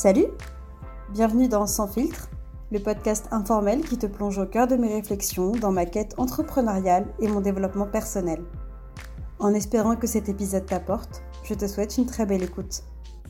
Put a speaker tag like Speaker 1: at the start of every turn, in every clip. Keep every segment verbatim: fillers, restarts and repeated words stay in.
Speaker 1: Salut! Bienvenue dans Sans filtre, le podcast informel qui te plonge au cœur de mes réflexions dans ma quête entrepreneuriale et mon développement personnel. En espérant que cet épisode t'apporte, je te souhaite une très belle écoute.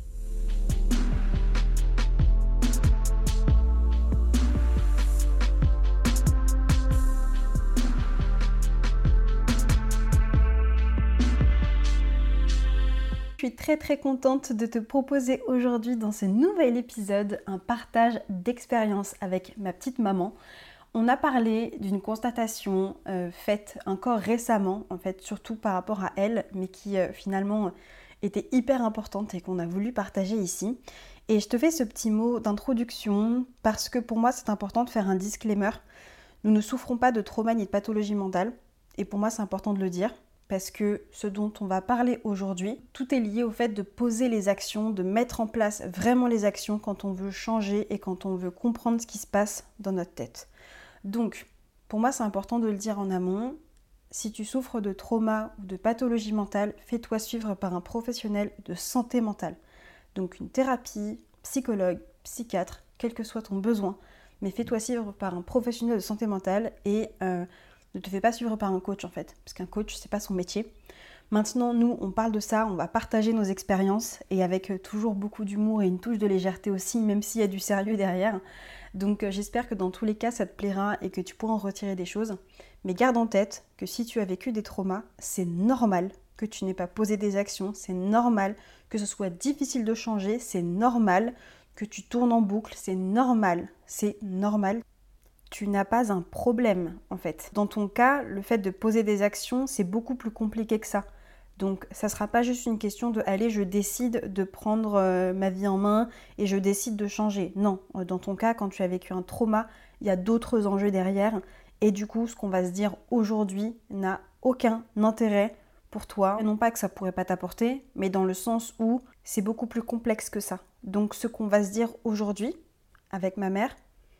Speaker 1: Je suis très très contente de te proposer aujourd'hui dans ce nouvel épisode un partage d'expérience avec ma petite maman. On a parlé d'une constatation euh, faite encore récemment, en fait, surtout par rapport à elle, mais qui euh, finalement était hyper importante et qu'on a voulu partager ici. Et je te fais ce petit mot d'introduction parce que pour moi c'est important de faire un disclaimer. Nous ne souffrons pas de trauma ni de pathologie mentale et pour moi c'est important de le dire. Parce que ce dont on va parler aujourd'hui, tout est lié au fait de poser les actions, de mettre en place vraiment les actions quand on veut changer et quand on veut comprendre ce qui se passe dans notre tête. Donc, pour moi, c'est important de le dire en amont. Si tu souffres de trauma ou de pathologie mentale, fais-toi suivre par un professionnel de santé mentale. Donc une thérapie, psychologue, psychiatre, quel que soit ton besoin, mais fais-toi suivre par un professionnel de santé mentale et euh, ne te fais pas suivre par un coach en fait, parce qu'un coach, c'est pas son métier. Maintenant, nous, on parle de ça, on va partager nos expériences et avec toujours beaucoup d'humour et une touche de légèreté aussi, même s'il y a du sérieux derrière. Donc euh, j'espère que dans tous les cas, ça te plaira et que tu pourras en retirer des choses. Mais garde en tête que si tu as vécu des traumas, c'est normal que tu n'aies pas posé des actions, c'est normal que ce soit difficile de changer, c'est normal que tu tournes en boucle, c'est normal, c'est normal. Tu n'as pas un problème en fait. Dans ton cas, le fait de poser des actions, c'est beaucoup plus compliqué que ça. Donc ça ne sera pas juste une question de « allez, je décide de prendre euh, ma vie en main et je décide de changer ». Non, dans ton cas, quand tu as vécu un trauma, il y a d'autres enjeux derrière. Et du coup, ce qu'on va se dire aujourd'hui n'a aucun intérêt pour toi. Non pas que ça ne pourrait pas t'apporter, mais dans le sens où c'est beaucoup plus complexe que ça. Donc ce qu'on va se dire aujourd'hui avec ma mère,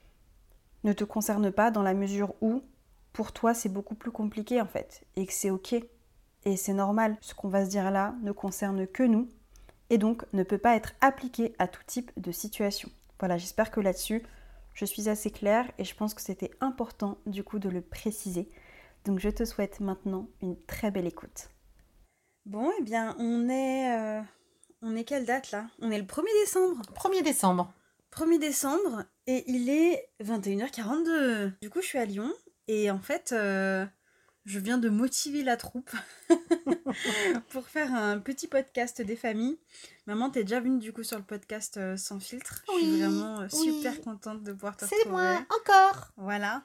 Speaker 1: ne te concerne pas dans la mesure où, pour toi, c'est beaucoup plus compliqué en fait, et que c'est ok, et c'est normal. Ce qu'on va se dire là ne concerne que nous, et donc ne peut pas être appliqué à tout type de situation. Voilà, j'espère que là-dessus, je suis assez claire, et je pense que c'était important du coup de le préciser. Donc je te souhaite maintenant une très belle écoute. Bon, eh bien, on est... Euh, on est quelle date là ? On est le premier décembre.
Speaker 2: premier décembre.
Speaker 1: premier décembre et il est vingt et une heures quarante-deux. Du coup, je suis à Lyon et en fait, euh, je viens de motiver la troupe pour faire un petit podcast des familles. Maman, t'es déjà venue du coup sur le podcast euh, Sans filtre.
Speaker 2: Oui,
Speaker 1: je suis vraiment euh,
Speaker 2: oui.
Speaker 1: super contente de pouvoir te
Speaker 2: C'est
Speaker 1: retrouver.
Speaker 2: moi, encore.
Speaker 1: Voilà.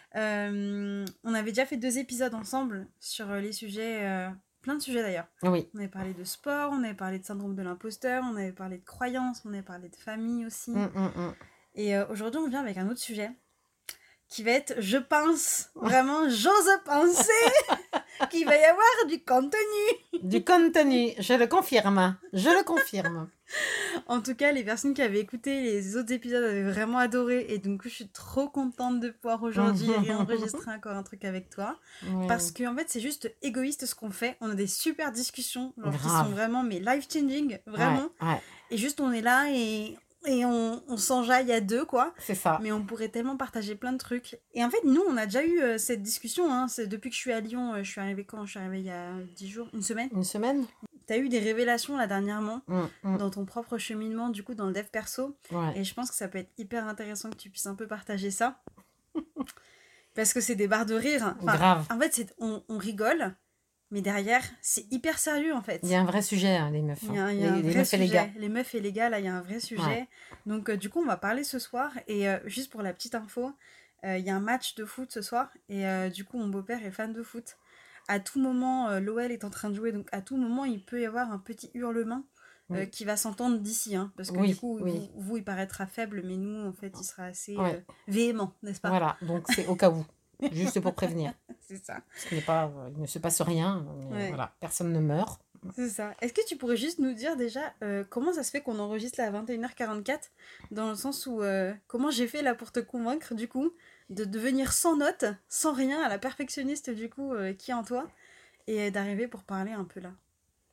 Speaker 1: Euh, on avait déjà fait deux épisodes ensemble sur les sujets... Euh, plein de sujets d'ailleurs.
Speaker 2: Oui.
Speaker 1: On avait parlé de sport, on avait parlé de syndrome de l'imposteur, on avait parlé de croyances, on avait parlé de famille aussi.
Speaker 2: Mm, mm, mm.
Speaker 1: Et euh, aujourd'hui, on vient avec un autre sujet qui va être, je pense, vraiment, j'ose penser qu'il va y avoir du contenu.
Speaker 2: Du contenu, je le confirme. Je le confirme.
Speaker 1: En tout cas, les personnes qui avaient écouté les autres épisodes avaient vraiment adoré. Et donc, je suis trop contente de pouvoir aujourd'hui réenregistrer encore un truc avec toi.
Speaker 2: Oui.
Speaker 1: Parce qu'en en fait, c'est juste égoïste ce qu'on fait. On a des super discussions genre, qui
Speaker 2: Grave.
Speaker 1: sont vraiment mais life-changing, vraiment.
Speaker 2: Ouais, ouais.
Speaker 1: Et juste, on est là et, et on, on s'enjaille à deux, quoi.
Speaker 2: C'est ça.
Speaker 1: Mais on pourrait tellement partager plein de trucs. Et en fait, nous, on a déjà eu euh, cette discussion. Hein. C'est depuis que je suis à Lyon, euh, je suis arrivée quand ? Je suis arrivée il y a dix jours, une semaine.
Speaker 2: Une semaine.
Speaker 1: T'as eu des révélations là dernièrement
Speaker 2: mm, mm.
Speaker 1: dans ton propre cheminement, du coup, dans le dev perso.
Speaker 2: Ouais.
Speaker 1: Et je pense que ça peut être hyper intéressant que tu puisses un peu partager ça. Parce que c'est des barres de rire. Enfin,
Speaker 2: Grave.
Speaker 1: En fait, c'est, on, on rigole, mais derrière, c'est hyper sérieux en fait.
Speaker 2: Il y a un vrai sujet, hein, les meufs.
Speaker 1: Il y a,
Speaker 2: hein.
Speaker 1: il y a
Speaker 2: les,
Speaker 1: un
Speaker 2: les
Speaker 1: vrai
Speaker 2: meufs
Speaker 1: sujet.
Speaker 2: et les gars.
Speaker 1: Les meufs et les gars, là, il y a un vrai sujet.
Speaker 2: Ouais.
Speaker 1: Donc, euh, du coup, on va parler ce soir. Et euh, juste pour la petite info, euh, il y a un match de foot ce soir. Et euh, du coup, mon beau-père est fan de foot. À tout moment, euh, l'O L est en train de jouer. Donc, à tout moment, il peut y avoir un petit hurlement euh,
Speaker 2: Oui.
Speaker 1: qui va s'entendre d'ici. Hein, parce que
Speaker 2: Oui,
Speaker 1: du coup,
Speaker 2: oui.
Speaker 1: vous, vous, il paraîtra faible. Mais nous, en fait, il sera assez
Speaker 2: Ouais.
Speaker 1: euh, véhément, n'est-ce pas ?
Speaker 2: Voilà, donc c'est au cas où. Juste pour prévenir.
Speaker 1: C'est ça.
Speaker 2: Parce qu'il n'est pas, euh, il ne se passe rien. Mais
Speaker 1: Ouais.
Speaker 2: voilà, personne ne meurt.
Speaker 1: C'est ça. Est-ce que tu pourrais juste nous dire déjà euh, comment ça se fait qu'on enregistre là à vingt et une heures quarante-quatre, dans le sens où euh, comment j'ai fait là pour te convaincre du coup de devenir sans notes, sans rien, à la perfectionniste du coup euh, qui est en toi et d'arriver pour parler un peu là.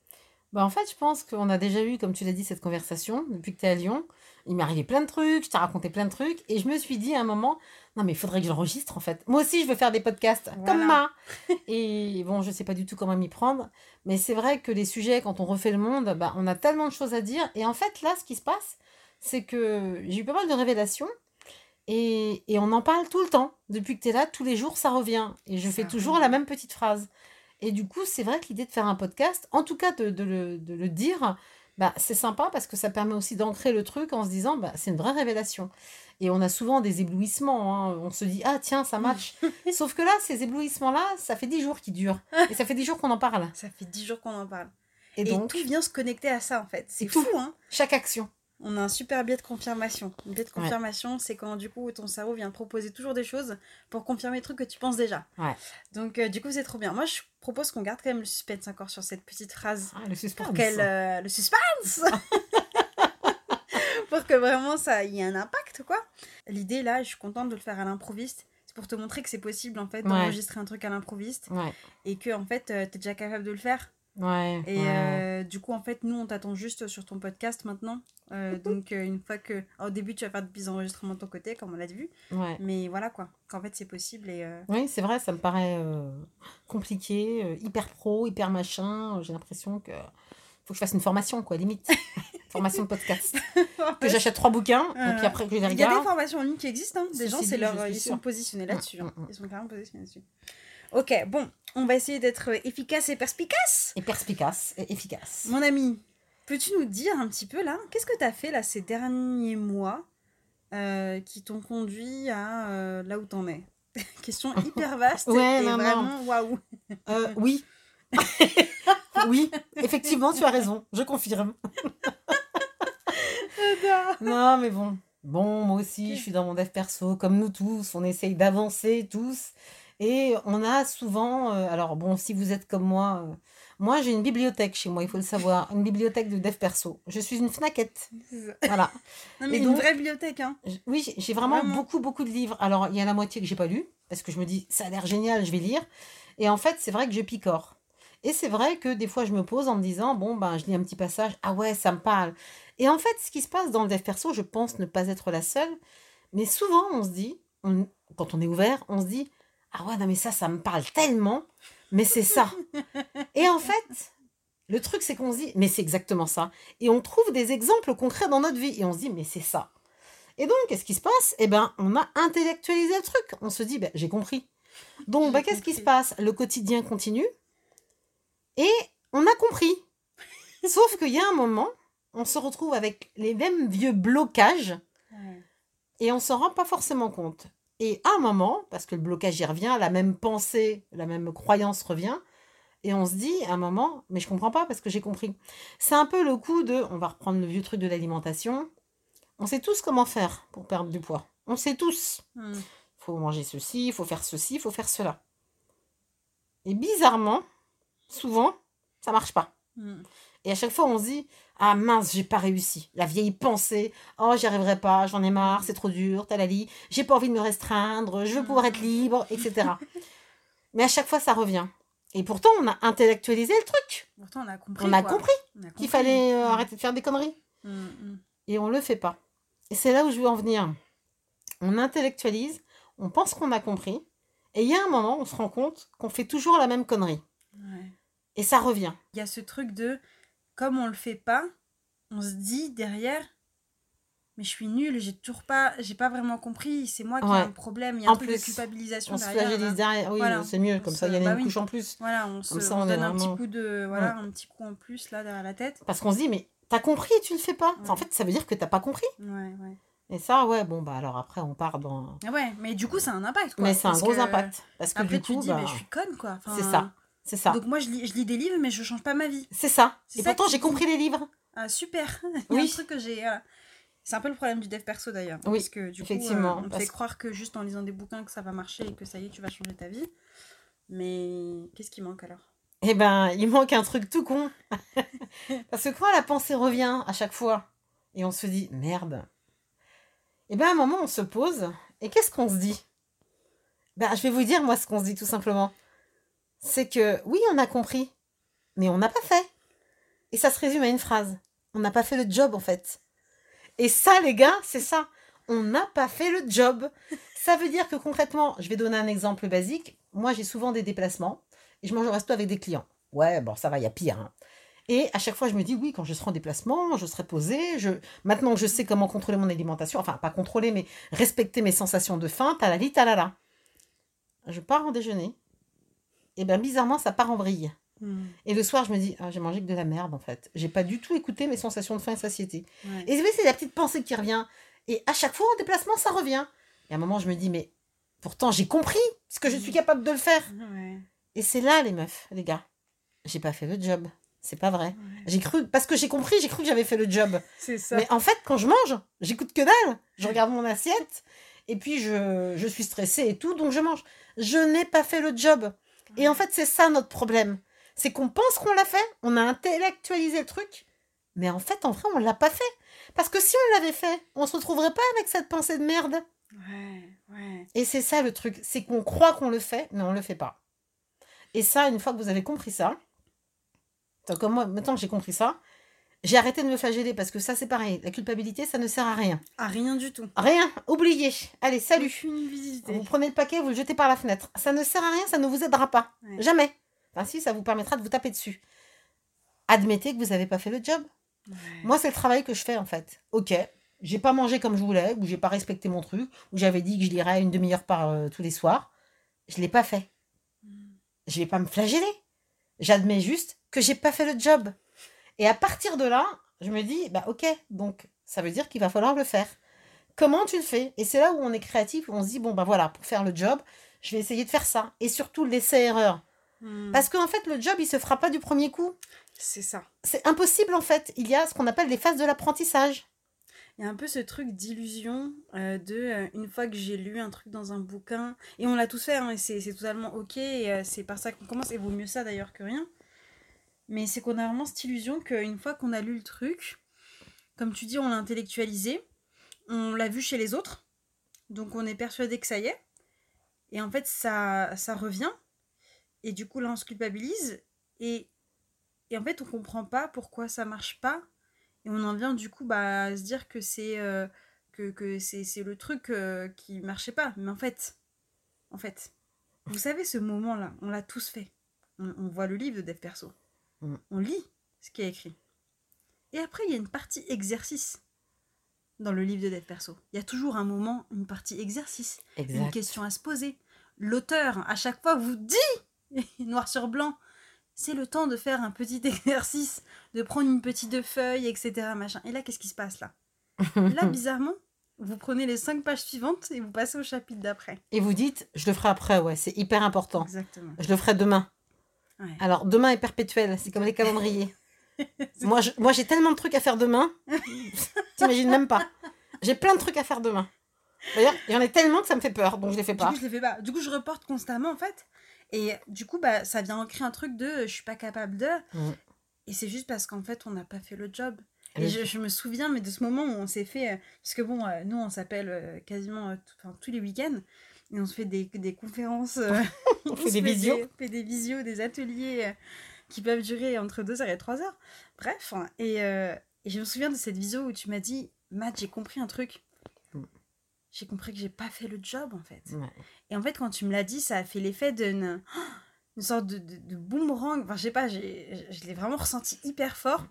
Speaker 2: Bah, en fait, je pense qu'on a déjà eu, comme tu l'as dit, cette conversation depuis que tu es à Lyon. Il m'est arrivé plein de trucs, je t'ai raconté plein de trucs, et je me suis dit à un moment, non mais il faudrait que je l'enregistre en fait. Moi aussi, je veux faire des podcasts comme
Speaker 1: Voilà.
Speaker 2: Ma. Et bon, je sais pas du tout comment m'y prendre, mais c'est vrai que les sujets, quand on refait le monde, bah, on a tellement de choses à dire. Et en fait, là, ce qui se passe, c'est que j'ai eu pas mal de révélations, et, et on en parle tout le temps. Depuis que tu es là, tous les jours, ça revient. Et je fais
Speaker 1: Ça
Speaker 2: toujours la
Speaker 1: revient.
Speaker 2: même petite phrase. Et du coup, c'est vrai que l'idée de faire un podcast, en tout cas de, de le, de le dire, bah, c'est sympa parce que ça permet aussi d'ancrer le truc en se disant, bah, c'est une vraie révélation. Et on a souvent des éblouissements, hein. On se dit, ah tiens, ça match. Sauf que là, ces éblouissements-là, ça fait dix jours qu'ils durent. Et ça fait dix jours qu'on en parle.
Speaker 1: Ça fait dix jours qu'on en parle.
Speaker 2: Et
Speaker 1: Et tout
Speaker 2: donc,
Speaker 1: vient se connecter à ça en fait.
Speaker 2: et
Speaker 1: C'est
Speaker 2: tout,
Speaker 1: fou, hein.
Speaker 2: chaque action.
Speaker 1: On a un super biais de confirmation. Le biais de
Speaker 2: Ouais,
Speaker 1: confirmation, c'est quand du coup ton cerveau vient te proposer toujours des choses pour confirmer les trucs que tu penses déjà.
Speaker 2: ouais.
Speaker 1: Donc euh, du coup c'est trop bien. Moi je propose qu'on garde quand même le suspense encore sur cette petite phrase
Speaker 2: Ah, le suspense.
Speaker 1: pour qu'elle... euh, le suspense Pour que vraiment ça y ait un impact quoi. L'idée là, je suis contente de le faire à l'improviste. C'est pour te montrer que c'est possible en fait
Speaker 2: Ouais,
Speaker 1: d'enregistrer un truc à l'improviste
Speaker 2: ouais,
Speaker 1: et que en fait euh, t'es déjà capable de le faire.
Speaker 2: ouais,
Speaker 1: Et
Speaker 2: ouais.
Speaker 1: euh, du coup, en fait, nous, on t'attend juste sur ton podcast maintenant. Euh, donc, euh, une fois que. Au début, tu vas faire des petits enregistrements de ton côté, comme on l'a vu.
Speaker 2: Ouais.
Speaker 1: Mais voilà, quoi. Qu'en fait, c'est possible. Et euh,
Speaker 2: Oui, c'est vrai, ça me paraît euh, compliqué, euh, hyper pro, hyper machin. J'ai l'impression que faut que je fasse une formation, quoi, limite. Formation de podcast. Que j'achète trois bouquins, et puis
Speaker 1: Euh,
Speaker 2: après que je les
Speaker 1: Il y a des
Speaker 2: regarde.
Speaker 1: formations en ligne qui existent. Hein. Des gens,
Speaker 2: Ceci
Speaker 1: c'est
Speaker 2: dit,
Speaker 1: leur,
Speaker 2: je suis
Speaker 1: ils sont
Speaker 2: sûre.
Speaker 1: positionnés
Speaker 2: Mm,
Speaker 1: là-dessus. Hein.
Speaker 2: mm, mm.
Speaker 1: Ils sont carrément positionnés là-dessus. Ok, bon. On va essayer d'être efficace et perspicace.
Speaker 2: Et perspicace et efficace.
Speaker 1: Mon ami, peux-tu nous dire un petit peu là, qu'est-ce que tu as fait là ces derniers mois euh, qui t'ont conduit à euh, là où t'en es? Question hyper vaste
Speaker 2: Ouais,
Speaker 1: et
Speaker 2: non, non.
Speaker 1: vraiment waouh.
Speaker 2: Euh, oui. Oui, effectivement, tu as raison. Je confirme. Non, mais bon. Bon, moi aussi,
Speaker 1: Ok.
Speaker 2: je suis dans mon dev perso, comme nous tous. On essaye d'avancer tous. Et on a souvent. euh, alors, bon, si vous êtes comme moi. euh, moi, j'ai une bibliothèque chez moi, il faut le savoir. Une bibliothèque de dev perso. Je suis une fnaquette. Voilà.
Speaker 1: Non mais
Speaker 2: Et
Speaker 1: une
Speaker 2: donc,
Speaker 1: vraie bibliothèque hein.
Speaker 2: j- oui, j'ai j'ai vraiment
Speaker 1: Vraiment.
Speaker 2: beaucoup, beaucoup de livres. Alors, il y a la moitié que j'ai pas lu, parce que je me dis, ça a l'air génial, je vais lire. Et en fait, c'est vrai que je picore. Et c'est vrai que des fois, je me pose en me disant, bon, ben, je lis un petit passage, ah ouais, ça me parle. Et en fait, ce qui se passe dans le dev perso, je pense ne pas être la seule, mais souvent, on se dit, on- quand on est ouvert, on se dit, ah ouais, non, mais ça, ça me parle tellement, mais c'est ça. Et en fait, le truc, c'est qu'on se dit, mais c'est exactement ça. Et on trouve des exemples concrets dans notre vie, et on se dit, mais c'est ça. Et donc, qu'est-ce qui se passe? Eh ben, on a intellectualisé le truc. On se dit, ben, j'ai compris. Donc,
Speaker 1: J'ai
Speaker 2: ben, qu'est-ce qui se
Speaker 1: compris.
Speaker 2: passe? Le quotidien continue, et on a compris. Sauf qu'il y a un moment, on se retrouve avec les mêmes vieux blocages,
Speaker 1: Ouais.
Speaker 2: et on s'en rend pas forcément compte. Et à un moment, parce que le blocage y revient, la même pensée, la même croyance revient, et on se dit à un moment, mais je comprends pas parce que j'ai compris. C'est un peu le coup de, on va reprendre le vieux truc de l'alimentation, on sait tous comment faire pour perdre du poids. On sait tous.
Speaker 1: Hmm.
Speaker 2: Il faut manger ceci, il faut faire ceci, il faut faire cela. Et bizarrement, souvent, ça marche pas.
Speaker 1: Hmm.
Speaker 2: Et à chaque fois, on se dit, ah mince, j'ai pas réussi. La vieille pensée, oh, j'y arriverai pas, j'en ai marre, c'est trop dur, talali, j'ai pas envie de me restreindre, je veux pouvoir être libre, et cetera. Mais à chaque fois, ça revient. Et pourtant, on a intellectualisé le truc.
Speaker 1: Pourtant on a compris.
Speaker 2: On a
Speaker 1: quoi.
Speaker 2: compris
Speaker 1: On a compris.
Speaker 2: qu'il fallait euh,
Speaker 1: Hmm.
Speaker 2: arrêter de faire des conneries.
Speaker 1: Hmm, hmm.
Speaker 2: Et on le fait pas. Et c'est là où je veux en venir. On intellectualise, on pense qu'on a compris, et il y a un moment, on se rend compte qu'on fait toujours la même connerie.
Speaker 1: Ouais.
Speaker 2: Et ça revient.
Speaker 1: Il y a ce truc de comme on le fait pas, on se dit derrière mais je suis nulle, j'ai toujours pas j'ai pas vraiment compris, c'est moi qui ai
Speaker 2: Ouais.
Speaker 1: un problème, il y a un
Speaker 2: En
Speaker 1: truc
Speaker 2: plus,
Speaker 1: de culpabilisation
Speaker 2: On se
Speaker 1: derrière.
Speaker 2: flagellise
Speaker 1: là.
Speaker 2: derrière. Oui,
Speaker 1: Voilà.
Speaker 2: c'est mieux,
Speaker 1: On
Speaker 2: comme
Speaker 1: se-
Speaker 2: ça, il y en a
Speaker 1: bah
Speaker 2: une
Speaker 1: oui.
Speaker 2: couche en plus.
Speaker 1: Voilà, on se,
Speaker 2: Comme ça,
Speaker 1: on
Speaker 2: on
Speaker 1: se
Speaker 2: est
Speaker 1: donne un petit
Speaker 2: vraiment-
Speaker 1: coup de voilà, un petit coup en plus là derrière la tête.
Speaker 2: Parce qu'on se dit, mais t'as compris et tu le fais pas. Enfin, en
Speaker 1: Ouais.
Speaker 2: fait, ça veut dire que t'as pas compris.
Speaker 1: Ouais, ouais.
Speaker 2: Et ça, ouais, bon, bah alors après, on part dans.
Speaker 1: Ah ouais, mais du coup, ça a un impact quoi.
Speaker 2: Mais c'est un
Speaker 1: parce
Speaker 2: gros
Speaker 1: que
Speaker 2: impact. Parce que
Speaker 1: Après
Speaker 2: du
Speaker 1: tu
Speaker 2: coup,
Speaker 1: te dis
Speaker 2: bah,
Speaker 1: mais je suis conne quoi. Enfin,
Speaker 2: c'est ça. C'est ça.
Speaker 1: Donc moi je lis, je lis des livres mais je change pas ma vie.
Speaker 2: C'est ça.
Speaker 1: C'est
Speaker 2: Et
Speaker 1: ça
Speaker 2: pourtant,
Speaker 1: qui
Speaker 2: j'ai
Speaker 1: dit.
Speaker 2: compris les livres.
Speaker 1: Ah super. Il y a
Speaker 2: Oui.
Speaker 1: un truc que j'ai voilà. C'est un peu le problème du dev perso d'ailleurs.
Speaker 2: Oui,
Speaker 1: Parce que du
Speaker 2: effectivement,
Speaker 1: coup, euh, on te
Speaker 2: parce
Speaker 1: fait
Speaker 2: que-
Speaker 1: croire que juste en lisant des bouquins que ça va marcher et que ça y est, tu vas changer ta vie. Mais qu'est-ce qui manque alors?
Speaker 2: Eh ben, il manque un truc tout con. Parce que quand la pensée revient à chaque fois, et on se dit, merde. Eh ben, à un moment, on se pose, et qu'est-ce qu'on se dit? Ben, je vais vous dire, moi, ce qu'on se dit tout simplement. C'est que, oui, on a compris, mais on n'a pas fait. Et ça se résume à une phrase. On n'a pas fait le job, en fait. Et ça, les gars, c'est ça. On n'a pas fait le job. Ça veut dire que concrètement, je vais donner un exemple basique. Moi, j'ai souvent des déplacements et je mange au resto avec des clients. Ouais, bon, ça va, il y a pire. Hein. Et à chaque fois, je me dis, oui, quand je serai en déplacement, je serai posée. Je... Maintenant que je sais comment contrôler mon alimentation, enfin, pas contrôler, mais respecter mes sensations de faim, talali, talala. Je pars en déjeuner. Et bien, bizarrement, ça part en vrille.
Speaker 1: Mm.
Speaker 2: Et le soir, je me dis, ah, j'ai mangé que de la merde, en fait. J'ai pas du tout écouté mes sensations de faim et de satiété.
Speaker 1: Ouais.
Speaker 2: Et vous voyez, c'est la petite pensée qui revient. Et à chaque fois, en déplacement, ça revient. Et à un moment, je me dis, mais pourtant, j'ai compris ce que je suis capable de le faire.
Speaker 1: Ouais.
Speaker 2: Et c'est là, les meufs, les gars. J'ai pas fait le job. C'est pas vrai.
Speaker 1: Ouais.
Speaker 2: J'ai cru, parce que j'ai compris, j'ai cru que j'avais fait le job.
Speaker 1: C'est ça.
Speaker 2: Mais en fait, quand je mange, j'écoute que dalle. Je regarde mon assiette. Et puis, je, je suis stressée et tout, donc je mange. Je n'ai pas fait le job. Et en fait, c'est ça notre problème. C'est qu'on pense qu'on l'a fait, on a intellectualisé le truc, mais en fait, en vrai, on l'a pas fait. Parce que si on l'avait fait, on se retrouverait pas avec cette pensée de merde.
Speaker 1: Ouais, ouais.
Speaker 2: Et c'est ça le truc, c'est qu'on croit qu'on le fait, mais on le fait pas. Et ça, une fois que vous avez compris ça, donc comme moi, maintenant que j'ai compris ça, j'ai arrêté de me flageller parce que ça, c'est pareil. La culpabilité, ça ne sert à rien.
Speaker 1: À rien du tout.
Speaker 2: Rien, oubliez. Allez, salut.
Speaker 1: Aucune visibilité.
Speaker 2: Vous prenez le paquet, vous le jetez par la fenêtre. Ça ne sert à rien, ça ne vous aidera pas.
Speaker 1: Ouais.
Speaker 2: Jamais. Enfin, si, ça vous permettra de vous taper dessus. Admettez que vous n'avez pas fait le job.
Speaker 1: Ouais.
Speaker 2: Moi, c'est le travail que je fais, en fait. Ok, j'ai pas mangé comme je voulais, ou j'ai pas respecté mon truc, ou j'avais dit que je lirais une demi-heure par euh, tous les soirs. Je l'ai pas fait. Je vais pas me flageller. J'admets juste que j'ai pas fait le job. Et à partir de là, je me dis, bah ok, donc ça veut dire qu'il va falloir le faire. Comment tu le fais? Et c'est là où on est créatif, où on se dit, bon bah voilà, pour faire le job, je vais essayer de faire ça. Et surtout, l'essai-erreur.
Speaker 1: Mm.
Speaker 2: Parce qu'en fait, le job, il se fera pas du premier coup.
Speaker 1: C'est ça.
Speaker 2: C'est impossible, en fait. Il y a ce qu'on appelle les phases de l'apprentissage.
Speaker 1: Il y a un peu ce truc d'illusion euh, de euh, une fois que j'ai lu un truc dans un bouquin, et on l'a tous fait, hein, et c'est c'est totalement ok, et euh, c'est par ça qu'on commence, et vaut mieux ça d'ailleurs que rien. Mais c'est qu'on a vraiment cette illusion qu'une fois qu'on a lu le truc, comme tu dis, on l'a intellectualisé, on l'a vu chez les autres, donc on est persuadé que ça y est, et en fait ça, ça revient, et du coup là on se culpabilise, et, et en fait on comprend pas pourquoi ça marche pas. Et on en vient du coup bah, à se dire que c'est euh, que, que c'est, c'est le truc euh, qui marchait pas. Mais en fait, en fait, vous savez ce moment-là, on l'a tous fait. On, on voit le livre de Dev Perso.
Speaker 2: Mm.
Speaker 1: On lit ce qui est écrit. Et après, il y a une partie exercice dans le livre de Dev Perso. Il y a toujours un moment, une partie exercice,
Speaker 2: Exact.
Speaker 1: une question à se poser. L'auteur, à chaque fois, vous dit, noir sur blanc, c'est le temps de faire un petit exercice, de prendre une petite feuille, et cetera. Machin. Et là, qu'est-ce qui se passe là? Là, bizarrement, vous prenez les cinq pages suivantes et vous passez au chapitre d'après.
Speaker 2: Et vous dites, je le ferai après, ouais, c'est hyper important.
Speaker 1: Exactement.
Speaker 2: Je le ferai demain.
Speaker 1: Ouais.
Speaker 2: Alors, demain est perpétuel, c'est comme les calendriers. moi, je- moi, j'ai tellement de trucs à faire demain, t'imagines même pas. J'ai plein de trucs à faire demain. D'ailleurs, il y en a tellement que ça me fait peur, donc je les fais
Speaker 1: Du
Speaker 2: pas.
Speaker 1: coup, je les fais pas. Du coup, je reporte constamment, en fait. Et du coup, bah, ça vient ancrer un truc de euh, je suis pas capable de.
Speaker 2: Mm.
Speaker 1: Et c'est juste parce qu'en fait, on n'a pas fait le job.
Speaker 2: Le-
Speaker 1: Et je, je me souviens, mais de ce moment où on s'est fait. euh, parce que bon, euh, nous, on s'appelle euh, quasiment euh, tout- enfin, tous les week-ends. Et on se fait des, des conférences. euh,
Speaker 2: On fait
Speaker 1: se
Speaker 2: des visios.
Speaker 1: Des, fait des visios, des ateliers euh, qui peuvent durer entre deux heures et trois heures. Bref. hein, Et, euh, et je me souviens de cette visio où tu m'as dit Matt, j'ai compris un truc.
Speaker 2: Mm.
Speaker 1: J'ai compris que j'ai pas fait le job, en fait.
Speaker 2: Ouais.
Speaker 1: Et en fait, quand tu me l'as dit, ça a fait l'effet d'une une sorte de, de, de boomerang. Enfin, je sais pas, j'ai, je l'ai vraiment ressenti hyper fort.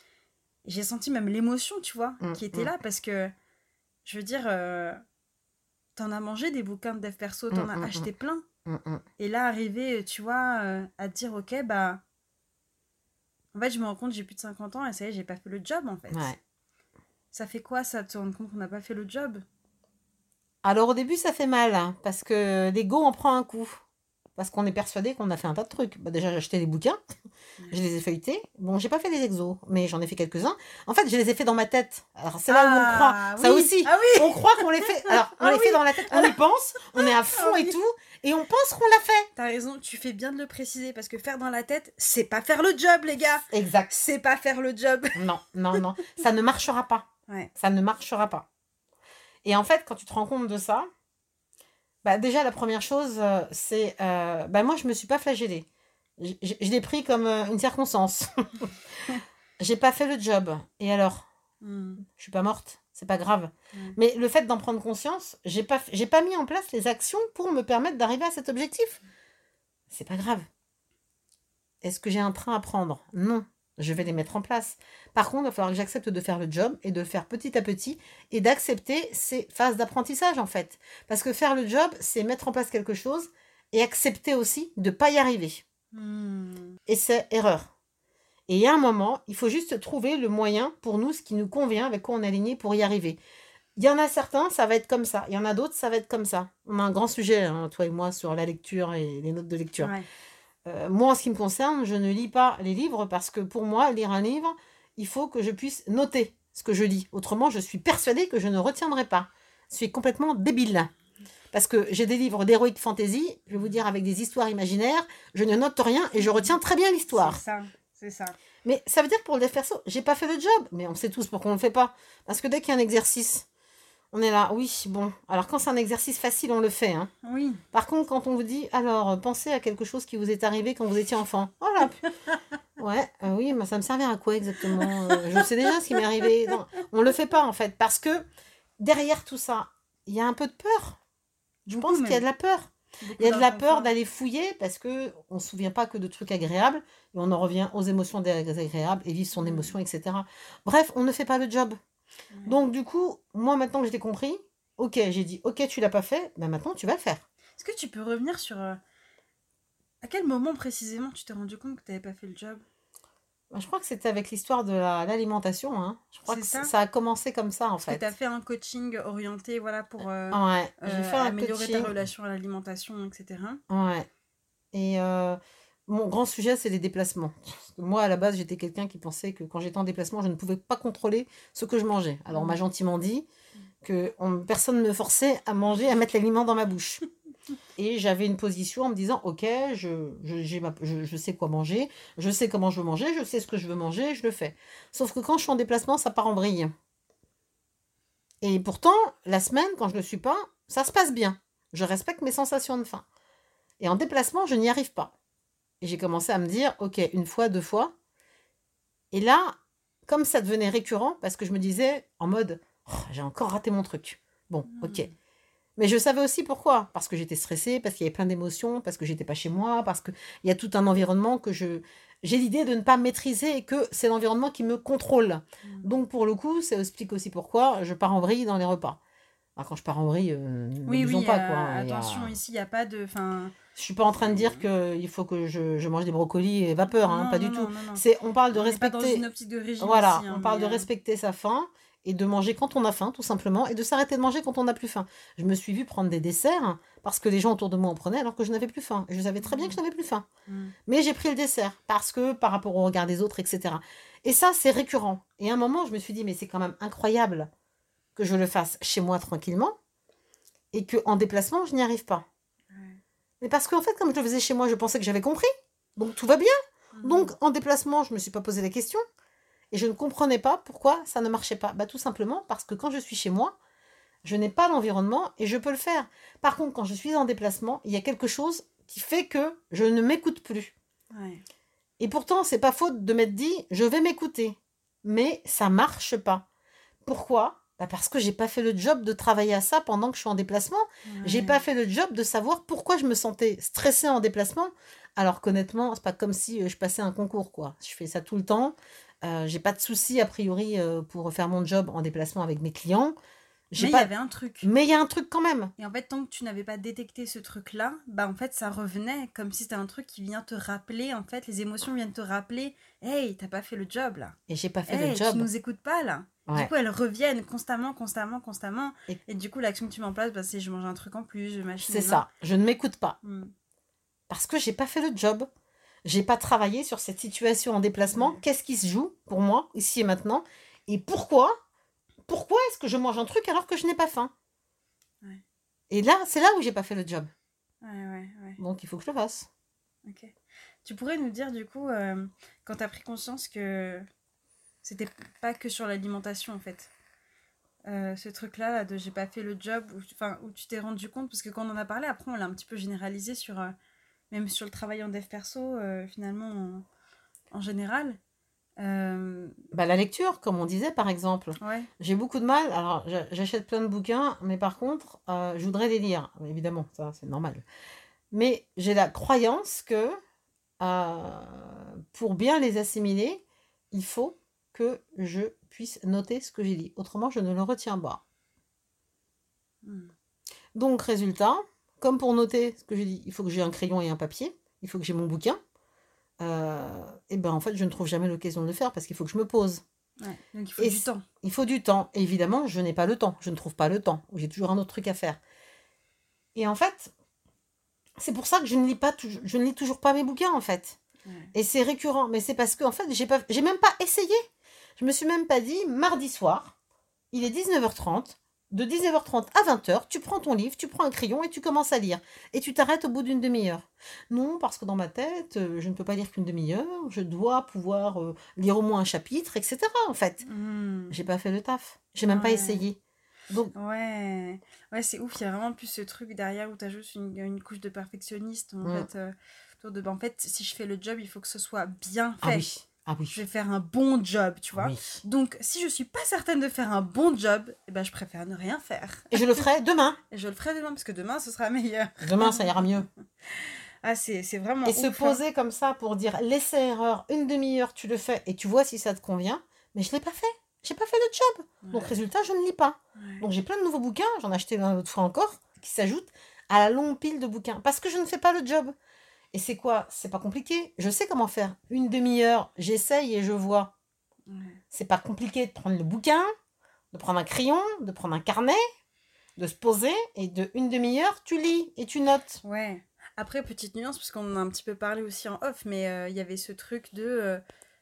Speaker 1: Et j'ai senti même l'émotion, tu vois,
Speaker 2: Mm,
Speaker 1: qui était
Speaker 2: mm.
Speaker 1: là. Parce que, je veux dire, euh, t'en as mangé des bouquins de dev perso, t'en
Speaker 2: Mm,
Speaker 1: as
Speaker 2: mm,
Speaker 1: acheté plein.
Speaker 2: Mm, mm.
Speaker 1: Et là, arriver, tu vois, euh, à te dire, ok, bah... En fait, je me rends compte, j'ai plus de cinquante ans et ça y est, j'ai pas fait le job, en fait.
Speaker 2: Ouais.
Speaker 1: Ça fait quoi, ça, de te rendre compte qu'on n'a pas fait le job?
Speaker 2: Alors au début, ça fait mal, hein, parce que l'ego en prend un coup. Parce qu'on est persuadé qu'on a fait un tas de trucs. Bah, déjà, j'ai acheté des bouquins, je les ai feuilletés. Bon, j'ai pas fait les exos, mais j'en ai fait quelques-uns. En fait, je les ai fait dans ma tête. Alors c'est là où on croit.
Speaker 1: Ah,
Speaker 2: Ça
Speaker 1: oui.
Speaker 2: aussi,
Speaker 1: Ah oui.
Speaker 2: on croit qu'on les fait. Alors, on
Speaker 1: Ah
Speaker 2: les
Speaker 1: oui.
Speaker 2: fait dans la tête, on y pense, on est à fond
Speaker 1: Ah
Speaker 2: et
Speaker 1: oui.
Speaker 2: tout, et on pense qu'on l'a fait.
Speaker 1: T'as raison, tu fais bien de le préciser, parce que faire dans la tête, c'est pas faire le job, les gars.
Speaker 2: Exact.
Speaker 1: C'est pas faire le job.
Speaker 2: Non, non, non. Ça ne marchera pas.
Speaker 1: Ouais.
Speaker 2: Ça ne marchera pas. Et en fait, quand tu te rends compte de ça, bah déjà, la première chose, euh, c'est... Euh, bah moi, je me suis pas flagellée. Je, je- je l'ai pris comme euh, une circonstance. j'ai pas fait le job. Et alors?
Speaker 1: Mm.
Speaker 2: Je suis pas morte, c'est pas grave.
Speaker 1: Mm.
Speaker 2: Mais le fait d'en prendre conscience, j'ai pas, j'ai pas mis en place les actions pour me permettre d'arriver à cet objectif. C'est pas grave. Est-ce que j'ai un train à prendre? Non. Je vais les mettre en place. Par contre, il va falloir que j'accepte de faire le job et de le faire petit à petit et d'accepter ces phases d'apprentissage en fait. Parce que faire le job, c'est mettre en place quelque chose et accepter aussi de ne pas y arriver.
Speaker 1: Mm.
Speaker 2: Et c'est erreur. Et il y a un moment, il faut juste trouver le moyen pour nous, ce qui nous convient, avec quoi on est aligné pour y arriver. Il y en a certains, ça va être comme ça. Il y en a d'autres, ça va être comme ça. On a un grand sujet, hein, toi et moi, sur la lecture et les notes de lecture.
Speaker 1: Ouais.
Speaker 2: Euh, moi, en ce qui me concerne, je ne lis pas les livres parce que pour moi, lire un livre, il faut que je puisse noter ce que je lis. Autrement, je suis persuadée que je ne retiendrai pas. Je suis complètement débile. Parce que j'ai des livres d'heroic fantasy, je vais vous dire, avec des histoires imaginaires, je ne note rien et je retiens très bien l'histoire.
Speaker 1: C'est ça, c'est ça.
Speaker 2: Mais ça veut dire que pour le dev perso, j'ai pas fait le job. Mais on sait tous pourquoi on ne le fait pas. Parce que dès qu'il y a un exercice, on est là, oui, bon. Alors quand c'est un exercice facile, on le fait. Hein.
Speaker 1: Oui.
Speaker 2: Par contre, quand on vous dit, alors, pensez à quelque chose qui vous est arrivé quand vous étiez enfant. Voilà. Ouais, euh, oui, mais ça me servait à quoi exactement? Euh, Je sais déjà ce qui m'est arrivé. Non, on le fait pas en fait. Parce que derrière tout ça, il y a un peu de peur. Je
Speaker 1: Beaucoup
Speaker 2: pense qu'il y a
Speaker 1: même.
Speaker 2: de la peur.
Speaker 1: Beaucoup
Speaker 2: Il y a de la peur
Speaker 1: d'inconfort.
Speaker 2: d'aller fouiller parce que on ne se souvient pas que de trucs agréables et on en revient aux émotions désagréables et vivre son
Speaker 1: Mm.
Speaker 2: émotion, et cetera. Bref, on ne fait pas le job.
Speaker 1: Ouais.
Speaker 2: Donc du coup, moi maintenant que j'ai compris, ok, j'ai dit, ok, tu l'as pas fait, ben maintenant tu vas le faire.
Speaker 1: Est-ce que tu peux revenir sur euh, à quel moment précisément tu t'es rendu compte que tu n'avais pas fait le job?
Speaker 2: Ben, je crois que c'était avec l'histoire de la- l'alimentation. Hein. Je crois
Speaker 1: C'est
Speaker 2: que
Speaker 1: ça?
Speaker 2: ça a commencé comme ça en
Speaker 1: Parce que tu as
Speaker 2: fait.
Speaker 1: fait un coaching orienté voilà, pour euh,
Speaker 2: Ouais, j'ai
Speaker 1: euh,
Speaker 2: fait un
Speaker 1: améliorer ta
Speaker 2: coaching.
Speaker 1: relation à l'alimentation, et cetera.
Speaker 2: Ouais. Et euh, mon grand sujet, c'est les déplacements. Parce que moi, à la base, j'étais quelqu'un qui pensait que quand j'étais en déplacement, je ne pouvais pas contrôler ce que je mangeais. Alors, on m'a
Speaker 1: Mm.
Speaker 2: gentiment dit que on- personne ne me forçait à manger, à mettre l'aliment dans ma bouche. Et j'avais une position en me disant, ok, je, je, j'ai ma- je, je sais quoi manger, je sais comment je veux manger, je sais ce que je veux manger, je le fais. Sauf que quand je suis en déplacement, ça part en vrille. Et pourtant, la semaine, quand je ne le suis pas, ça se passe bien. Je respecte mes sensations de faim. Et en déplacement, je n'y arrive pas. Et j'ai commencé à me dire, ok, une fois, deux fois. Et là, comme ça devenait récurrent, parce que je me disais en mode, oh, j'ai encore raté mon truc. Bon, ok.
Speaker 1: Mm.
Speaker 2: Mais je savais aussi pourquoi. Parce que j'étais stressée, parce qu'il y avait plein d'émotions, parce que j'étais pas chez moi, parce qu'il y a tout un environnement que je... J'ai l'idée de ne pas maîtriser et que c'est l'environnement qui me contrôle.
Speaker 1: Mm.
Speaker 2: Donc pour le coup, ça explique aussi pourquoi je pars en vrille dans les repas. Alors, quand je pars en vrille, euh,
Speaker 1: Oui,
Speaker 2: n'abusons
Speaker 1: oui,
Speaker 2: pas,
Speaker 1: euh,
Speaker 2: quoi. hein. Il y a-
Speaker 1: attention, ici, il n'y a pas de... Fin...
Speaker 2: Je suis pas en train de dire qu'il faut que je, je mange des brocolis et vapeur, hein,
Speaker 1: Non,
Speaker 2: pas
Speaker 1: non,
Speaker 2: du tout.
Speaker 1: non, non, non.
Speaker 2: C'est, on parle de
Speaker 1: On n'est pas dans
Speaker 2: respecter,
Speaker 1: une optique de régime
Speaker 2: voilà,
Speaker 1: ici,
Speaker 2: on
Speaker 1: hein,
Speaker 2: parle
Speaker 1: mais...
Speaker 2: de
Speaker 1: euh,
Speaker 2: respecter sa faim et de manger quand on a faim, tout simplement, et de s'arrêter de manger quand on n'a plus faim. Je me suis vue prendre des desserts parce que les gens autour de moi en prenaient alors que je n'avais plus faim. Et je savais très bien que je n'avais plus faim.
Speaker 1: mm.
Speaker 2: Mais j'ai pris le dessert parce que par rapport au regard des autres, et cetera. Et ça, c'est récurrent. Et à un moment, je me suis dit, mais c'est quand même incroyable que je le fasse chez moi tranquillement et qu'en déplacement, je n'y arrive pas.
Speaker 1: Ouais.
Speaker 2: Mais parce qu'en fait, comme je le faisais chez moi, je pensais que j'avais compris. Donc tout va bien.
Speaker 1: Mm.
Speaker 2: Donc en déplacement, je ne me suis pas posé la question. Et je ne comprenais pas pourquoi ça ne marchait pas. Bah, tout simplement parce que quand je suis chez moi, je n'ai pas l'environnement et je peux le faire. Par contre, quand je suis en déplacement, il y a quelque chose qui fait que je ne m'écoute plus.
Speaker 1: Ouais.
Speaker 2: Et pourtant, c'est pas faute de m'être dit, je vais m'écouter. Mais ça marche pas. Pourquoi? Bah parce que j'ai pas fait le job de travailler à ça pendant que je suis en déplacement. J'ai
Speaker 1: Ouais.
Speaker 2: pas fait le job de savoir pourquoi je me sentais stressée en déplacement. Alors qu'honnêtement, c'est pas comme si euh, je passais un concours, quoi. Je fais ça tout le temps. Euh, j'ai pas de souci, a priori, euh, pour faire mon job en déplacement avec mes clients. J'ai
Speaker 1: Mais il
Speaker 2: pas...
Speaker 1: y avait un truc.
Speaker 2: Mais il y a un truc quand même.
Speaker 1: Et en fait, tant que tu n'avais pas détecté ce truc-là, bah en fait, ça revenait comme si c'était un truc qui vient te rappeler, en fait, les émotions viennent te rappeler, hey, t'as pas fait le job là.
Speaker 2: Et j'ai pas fait
Speaker 1: Hey,
Speaker 2: le
Speaker 1: tu
Speaker 2: job.
Speaker 1: nous écoutes pas là.
Speaker 2: Ouais.
Speaker 1: Du coup, elles reviennent constamment, constamment, constamment.
Speaker 2: Et-
Speaker 1: Et, du coup, l'action que tu mets en place, bah, c'est je mange un truc en plus, je machine.
Speaker 2: C'est ça. Je ne m'écoute pas.
Speaker 1: Mm.
Speaker 2: Parce que j'ai pas fait le job. J'ai pas travaillé sur cette situation en déplacement.
Speaker 1: Ouais.
Speaker 2: Qu'est-ce qui se joue pour moi, ici et maintenant? Et pourquoi Pourquoi est-ce que je mange un truc alors que je n'ai pas faim?
Speaker 1: Ouais.
Speaker 2: Et là, c'est là où j'ai pas fait le job.
Speaker 1: Ouais, ouais, ouais.
Speaker 2: Donc il faut que je le fasse.
Speaker 1: Ok. Tu pourrais nous dire, du coup, euh, quand t'as pris conscience que c'était pas que sur l'alimentation, en fait. Euh, ce truc-là, là, de j'ai pas fait le job, où, enfin, où tu t'es rendu compte, parce que quand on en a parlé, après, on l'a un petit peu généralisé sur, euh, même sur le travail en dev perso, euh, finalement, en, en général. Euh,
Speaker 2: Bah, la lecture, comme on disait par exemple.
Speaker 1: ouais.
Speaker 2: J'ai beaucoup de mal. Alors, j'a- j'achète plein de bouquins, mais par contre, euh, je voudrais les lire. Évidemment, ça, c'est normal. Mais j'ai la croyance que euh, pour bien les assimiler, il faut que je puisse noter ce que j'ai dit. Autrement, je ne le retiens pas.
Speaker 1: Hmm.
Speaker 2: Donc, résultat, comme pour noter ce que j'ai dit, il faut que j'ai un crayon et un papier. Il faut que j'ai mon bouquin. Euh, et ben en fait, je ne trouve jamais l'occasion de le faire parce qu'il faut que je me pose.
Speaker 1: Ouais. Donc il faut
Speaker 2: Et
Speaker 1: du
Speaker 2: c-
Speaker 1: temps.
Speaker 2: il faut du temps. Et évidemment, je n'ai pas le temps. Je ne trouve pas le temps. J'ai toujours un autre truc à faire. Et en fait, c'est pour ça que je ne lis pas, tou- je ne lis toujours pas mes bouquins en fait.
Speaker 1: Ouais.
Speaker 2: Et c'est récurrent. Mais c'est parce que en fait, j'ai pas, j'ai même pas essayé. Je me suis même pas dit mardi soir, il est dix-neuf heures trente. De dix-neuf heures trente à vingt heures, tu prends ton livre, tu prends un crayon et tu commences à lire. Et tu t'arrêtes au bout d'une demi-heure. Non, parce que dans ma tête, euh, je ne peux pas lire qu'une demi-heure. Je dois pouvoir euh, lire au moins un chapitre, et cetera. En fait,
Speaker 1: Hmm.
Speaker 2: j'ai pas fait le taf. J'ai même pas
Speaker 1: Ouais.
Speaker 2: essayé. Donc,
Speaker 1: Ouais. Ouais, c'est ouf. Il y a vraiment plus ce truc derrière où tu ajoutes une, une couche de perfectionniste. En
Speaker 2: hmm,
Speaker 1: fait, euh, autour de, bah, en fait, si je fais le job, il faut que ce soit bien
Speaker 2: ah
Speaker 1: fait.
Speaker 2: oui, ah
Speaker 1: Je
Speaker 2: oui,
Speaker 1: vais faire un bon job, tu
Speaker 2: ah
Speaker 1: vois.
Speaker 2: oui.
Speaker 1: Donc, si je suis pas certaine de faire un bon job, eh ben, je préfère ne rien faire.
Speaker 2: Et je le ferai demain.
Speaker 1: Et je le ferai demain parce que demain, ce sera meilleur.
Speaker 2: Demain, ça ira mieux.
Speaker 1: Ah, c'est c'est
Speaker 2: Et
Speaker 1: vraiment
Speaker 2: se
Speaker 1: ouf, hein.
Speaker 2: poser comme ça pour dire l'essai-erreur, une demi-heure, tu le fais et tu vois si ça te convient. Mais je l'ai pas fait. J'ai pas fait le job. Donc,
Speaker 1: Ouais,
Speaker 2: résultat, je ne lis pas.
Speaker 1: ouais.
Speaker 2: Donc, j'ai plein de nouveaux bouquins. J'en ai acheté un autre fois encore qui s'ajoutent à la longue pile de bouquins parce que je ne fais pas le job. Et c'est quoi? C'est pas compliqué. Je sais comment faire. Une demi-heure, j'essaye et je vois.
Speaker 1: Ouais.
Speaker 2: C'est pas compliqué de prendre le bouquin, de prendre un crayon, de prendre un carnet, de se poser et de une demi-heure, tu lis et tu notes.
Speaker 1: Ouais. Après, petite nuance, parce qu'on en a un petit peu parlé aussi en off, mais euh, il y avait ce truc de... euh,